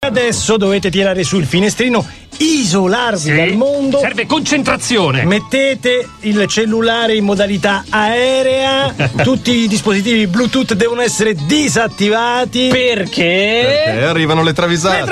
Adesso dovete tirare su il finestrino, isolarvi dal mondo. Serve concentrazione. Mettete il cellulare in modalità aerea. Tutti i dispositivi Bluetooth devono essere disattivati. Perché arrivano le travisate.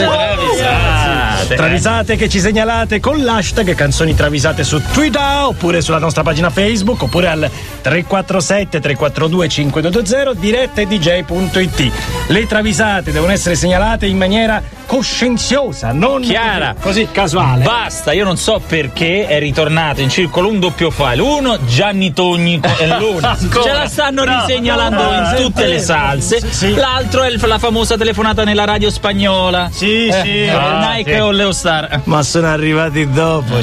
Travisate che ci segnalate con l'hashtag Canzoni Travisate su Twitter, oppure sulla nostra pagina Facebook, oppure al 347 342 5220 direttedj.it. Le travisate devono essere segnalate in maniera coscienziosa, non chiara, così casuale. Basta, io non so perché è ritornato in circolo un doppio file. Uno, Gianni Togni e Luna. Ce la stanno risegnalando in tutte le salse. Sì. L'altro è la famosa telefonata nella radio spagnola. Nike o Leostar. Ma sono arrivati dopo.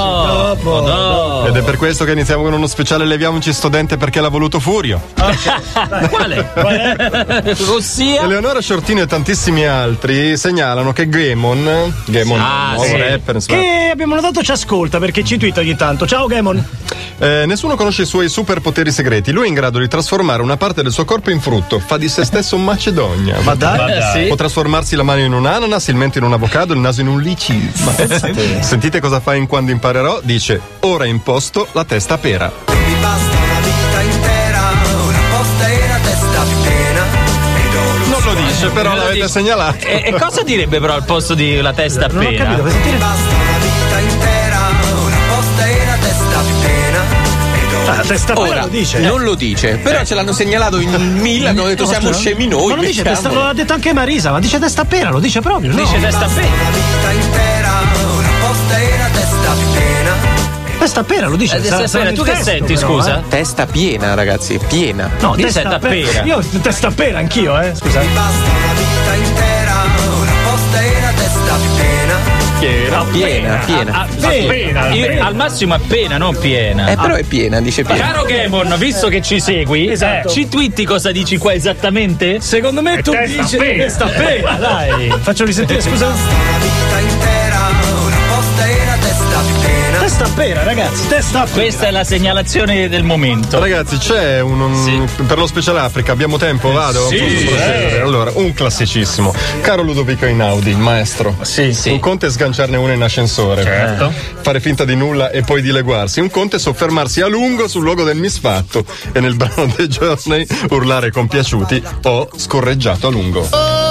Dopo. Ed è per questo che iniziamo con uno speciale Leviamoci sto dente perché l'ha voluto Furio. Quale? Ossia Eleonora Sciortino e tantissimi altri segnalano che Gamon nuovo rapper, insomma, che abbiamo notato ci ascolta perché ci twitta ogni tanto. Ciao Gamon. Nessuno conosce i suoi superpoteri segreti. Lui è in grado di trasformare una parte del suo corpo in frutto. Fa di se stesso Macedonia. Ma dai. Sì. Può trasformarsi la mano in un ananas, il mento in un avocado, il naso in un licis. Sentite cosa fa in Quando imparerò. Dice: ora imposto la testa a pera. Mi basta una vita intera, una posta e una testa piena. Non lo dice, però l'avete segnalato. E cosa direbbe però al posto di la testa Non ho appena? capito, per sentire. Mi basta una vita intera, una posta e una testa piena. La testa appena Ora, lo dice. non lo dice, però ce l'hanno segnalato in 1000, hanno detto siamo scemi noi. Ma lo dice testa, lo ha detto anche Marisa, ma dice testa appena, lo dice proprio. Dice testa appena. Una vita intera, una posta e una testa piena. Testa appena lo dice. Testa sarà appena. nel Tu che testo, senti, però, scusa? Testa piena, ragazzi, piena. No, Dice testa appena. appena. Io testa appena anch'io, scusa. Mi basta una vita intera, una posta e una testa piena. Piena. Io, al massimo appena, non piena. Però è piena, dice piena. Caro Gamon, visto che ci segui, ci twitti cosa dici qua esattamente? Secondo me tu dici testa appena, dai. Faccio risentire, scusa. Una vita intera, una posta e una testa piena. Testa appena, ragazzi, testa appena. Questa è la segnalazione del momento. Ragazzi, c'è per lo speciale Africa, abbiamo tempo? Vado? Sì. Posso procedere? Allora, un classicissimo. Caro Ludovico Einaudi, il maestro. Sì. Un conto è sganciarne uno in ascensore. Certo. Fare finta di nulla e poi dileguarsi. Un conto è soffermarsi a lungo sul luogo del misfatto e nel brano dei Journey urlare compiaciuti: ho scorreggiato a lungo.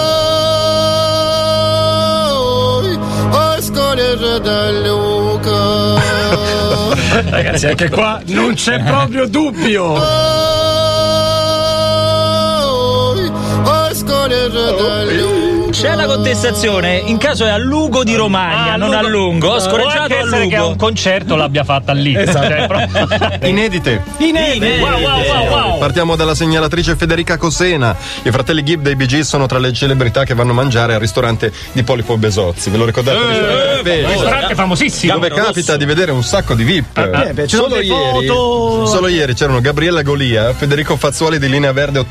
Ragazzi, anche qua non c'è proprio dubbio. C'è la contestazione, in caso è a Lugo di Romagna, non a Lungo. Ho scorreggiato a Che Lugo. un concerto l'abbia fatta lì. Inedite. Wow. Partiamo dalla segnalatrice Federica Cosena. I fratelli Gibb dei Bee Gees sono tra le celebrità che vanno a mangiare al ristorante di Polipo Besozzi. Ve lo ricordate? Un ristorante famosissimo. Dove capita di vedere un sacco di VIP. Solo ieri c'erano Gabriella Golia, Federico Fazzuoli di Linea Verde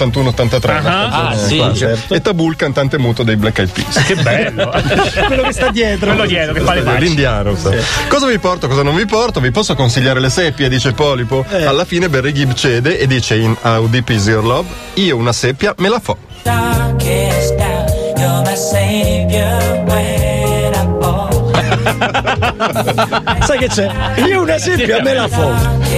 81-83 e Tabù, il cantante muto dei Black Eyed Peas. Che bello. Quello che sta dietro. Quello dietro che fa le facce. L'indiano. Cosa vi porto, cosa non vi porto? Vi posso consigliare le seppie, dice Polipo. Alla fine Barry Gibb cede e dice in How Deep Is Your Love: io una seppia me la fo. Sai che c'è? Io una seppia me la fo.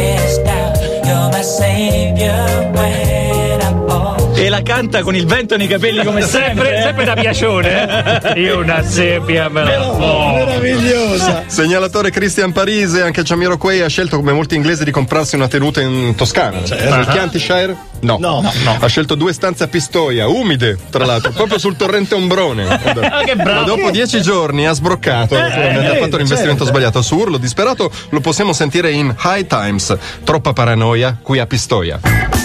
E la canta con il vento nei capelli come sempre. Sempre da piacione. Io una seppia me la fo. Meravigliosa. Segnalatore Christian Parise, anche Jamiroquai ha scelto come molti inglesi di comprarsi una tenuta in Toscana. Il Chiantyshire? No. Ha scelto 2 stanze a Pistoia, umide, tra l'altro, proprio sul torrente Ombrone. Che bravo. Ma dopo 10 giorni ha sbroccato, naturalmente ha fatto l'investimento sbagliato. Su urlo disperato lo possiamo sentire in High Times. Troppa paranoia qui a Pistoia.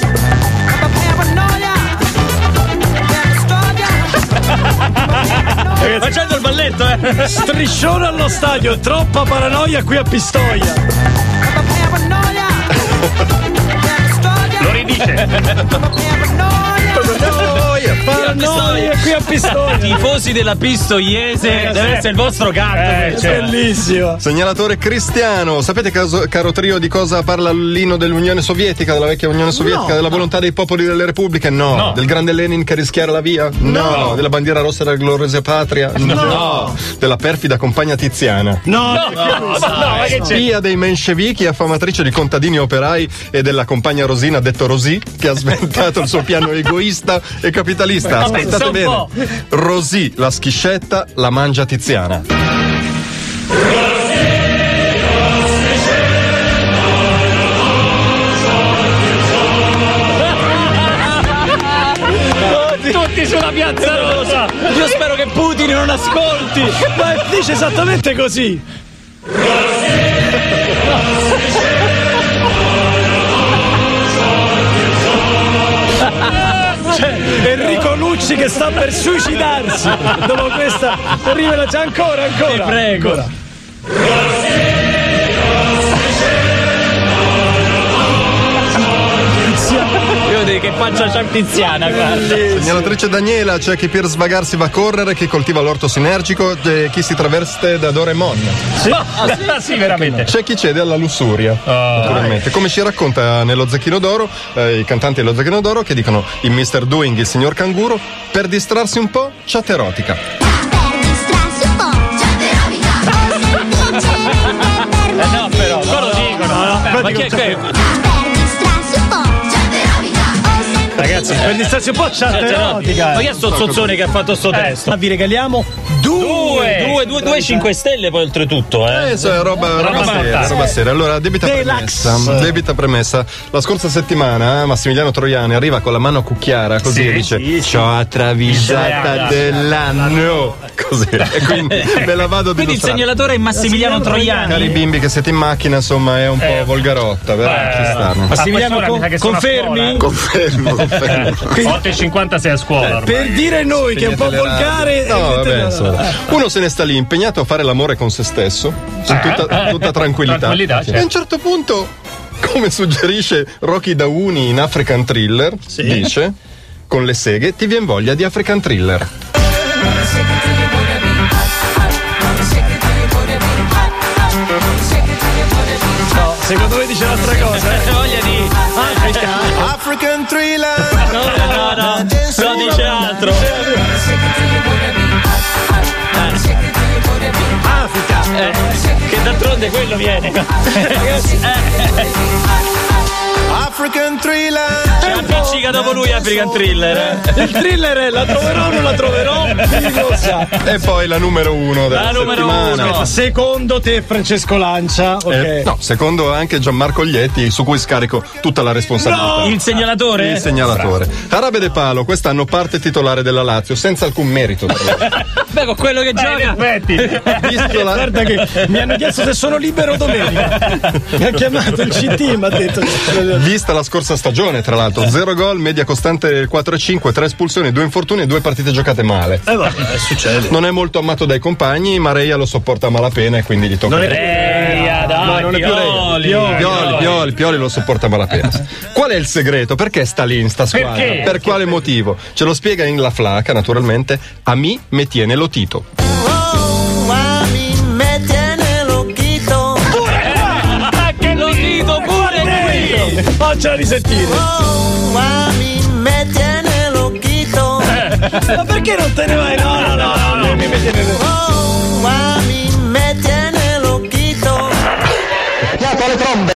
Facendo il balletto, Striscione allo stadio, troppa paranoia qui a Pistoia. Lo ridice. Paranoia. noi e qui a Pistoia. Tifosi della Pistoiese, deve essere il vostro canto. Bellissimo. Segnalatore Cristiano, sapete caro trio di cosa parla l'inno dell'Unione Sovietica, della vecchia Unione Sovietica? Della volontà dei popoli delle repubbliche? No. Del grande Lenin che rischiara la via? No. Della bandiera rossa della gloriosa patria? No. Della perfida compagna Tiziana? No, ma che c'è? Spia dei menscevichi, affamatrice di contadini operai e della compagna Rosina, detto Rosì, che ha sventato il suo piano egoista e capitalista. Ascoltate bene. Rosì, la schiscetta, la mangia Tiziana. Tutti sulla piazza rosa. Io spero che Putin non ascolti. Ma dice esattamente così. Enrico Lucci che sta per suicidarsi dopo questa rivelazione. Ancora ti prego ancora. Io dico che faccia Tiziana, guarda. Segnalatrice Daniela, c'è chi per svagarsi va a correre, chi coltiva l'orto sinergico, chi si traveste da Doraemon. Sì, veramente. C'è chi cede alla lussuria, naturalmente. Come ci racconta nello Zecchino d'Oro, i cantanti dello Zecchino d'Oro che dicono in Mr. Doing il signor Canguro, per distrarsi un po', chat erotica. No, però, lo dicono. Ma che è? Ragazzi, per distrarsi un po' chat erotica. Ma chi è sto zozzone che ha fatto sto testo? Ma vi regaliamo due 5 stelle poi oltretutto, roba seria. Allora, debita premessa. La scorsa settimana Massimiliano Troiani arriva con la mano a cucchiara così e dice "C'ho la travisata dell'anno". Così. E quindi me la vado a Quindi il segnalatore è Massimiliano Troiani. Cari bimbi che siete in macchina, insomma, è un po' volgarotta, però ci stanno. Massimiliano, confermi? Confermo. 8:50 sei a scuola ormai. Per dire noi che è un po' volgare. No, vabbè, uno se ne sta lì impegnato a fare l'amore con se stesso, in tutta tranquillità. E a un certo punto, come suggerisce Rocky Dauni in African Thriller, dice: con le seghe ti vien voglia di African Thriller. No, secondo me dice un'altra cosa. Voglia di African Thriller. No, dice altro. Africa. Che d'altronde quello viene. African Thriller. C'è appiccica dopo lui African Thriller. Il thriller è la troverò o non la troverò? Chi lo sa. E poi la numero 1 della settimana. Aspetta, secondo te Francesco Lancia, ok. No, secondo anche Gianmarco Lietti, su cui scarico tutta la responsabilità. Il segnalatore? Il segnalatore. Arabe De Palo, quest'anno parte titolare della Lazio, senza alcun merito. Beh, con quello che gioca. Guarda che mi hanno chiesto se sono libero domenica. Mi ha chiamato il CT e mi ha detto. Vista la scorsa stagione, tra l'altro, 0 gol, media costante del 4,5, 3 espulsioni, 2 infortuni e 2 partite giocate male. Succede. Non è molto amato dai compagni, ma Reia lo sopporta a malapena e quindi gli tocca. Non è più Reia. Pioli lo sopporta a malapena. Qual è il segreto? Perché sta lì in sta squadra? Per quale motivo? Ce lo spiega in La Flaca, naturalmente. A mi me tiene lo Tito. Faccela risentire. Me tiene loquito. Ma perché non te ne vai? No. Mi tiene me tiene loquito. Le trombe.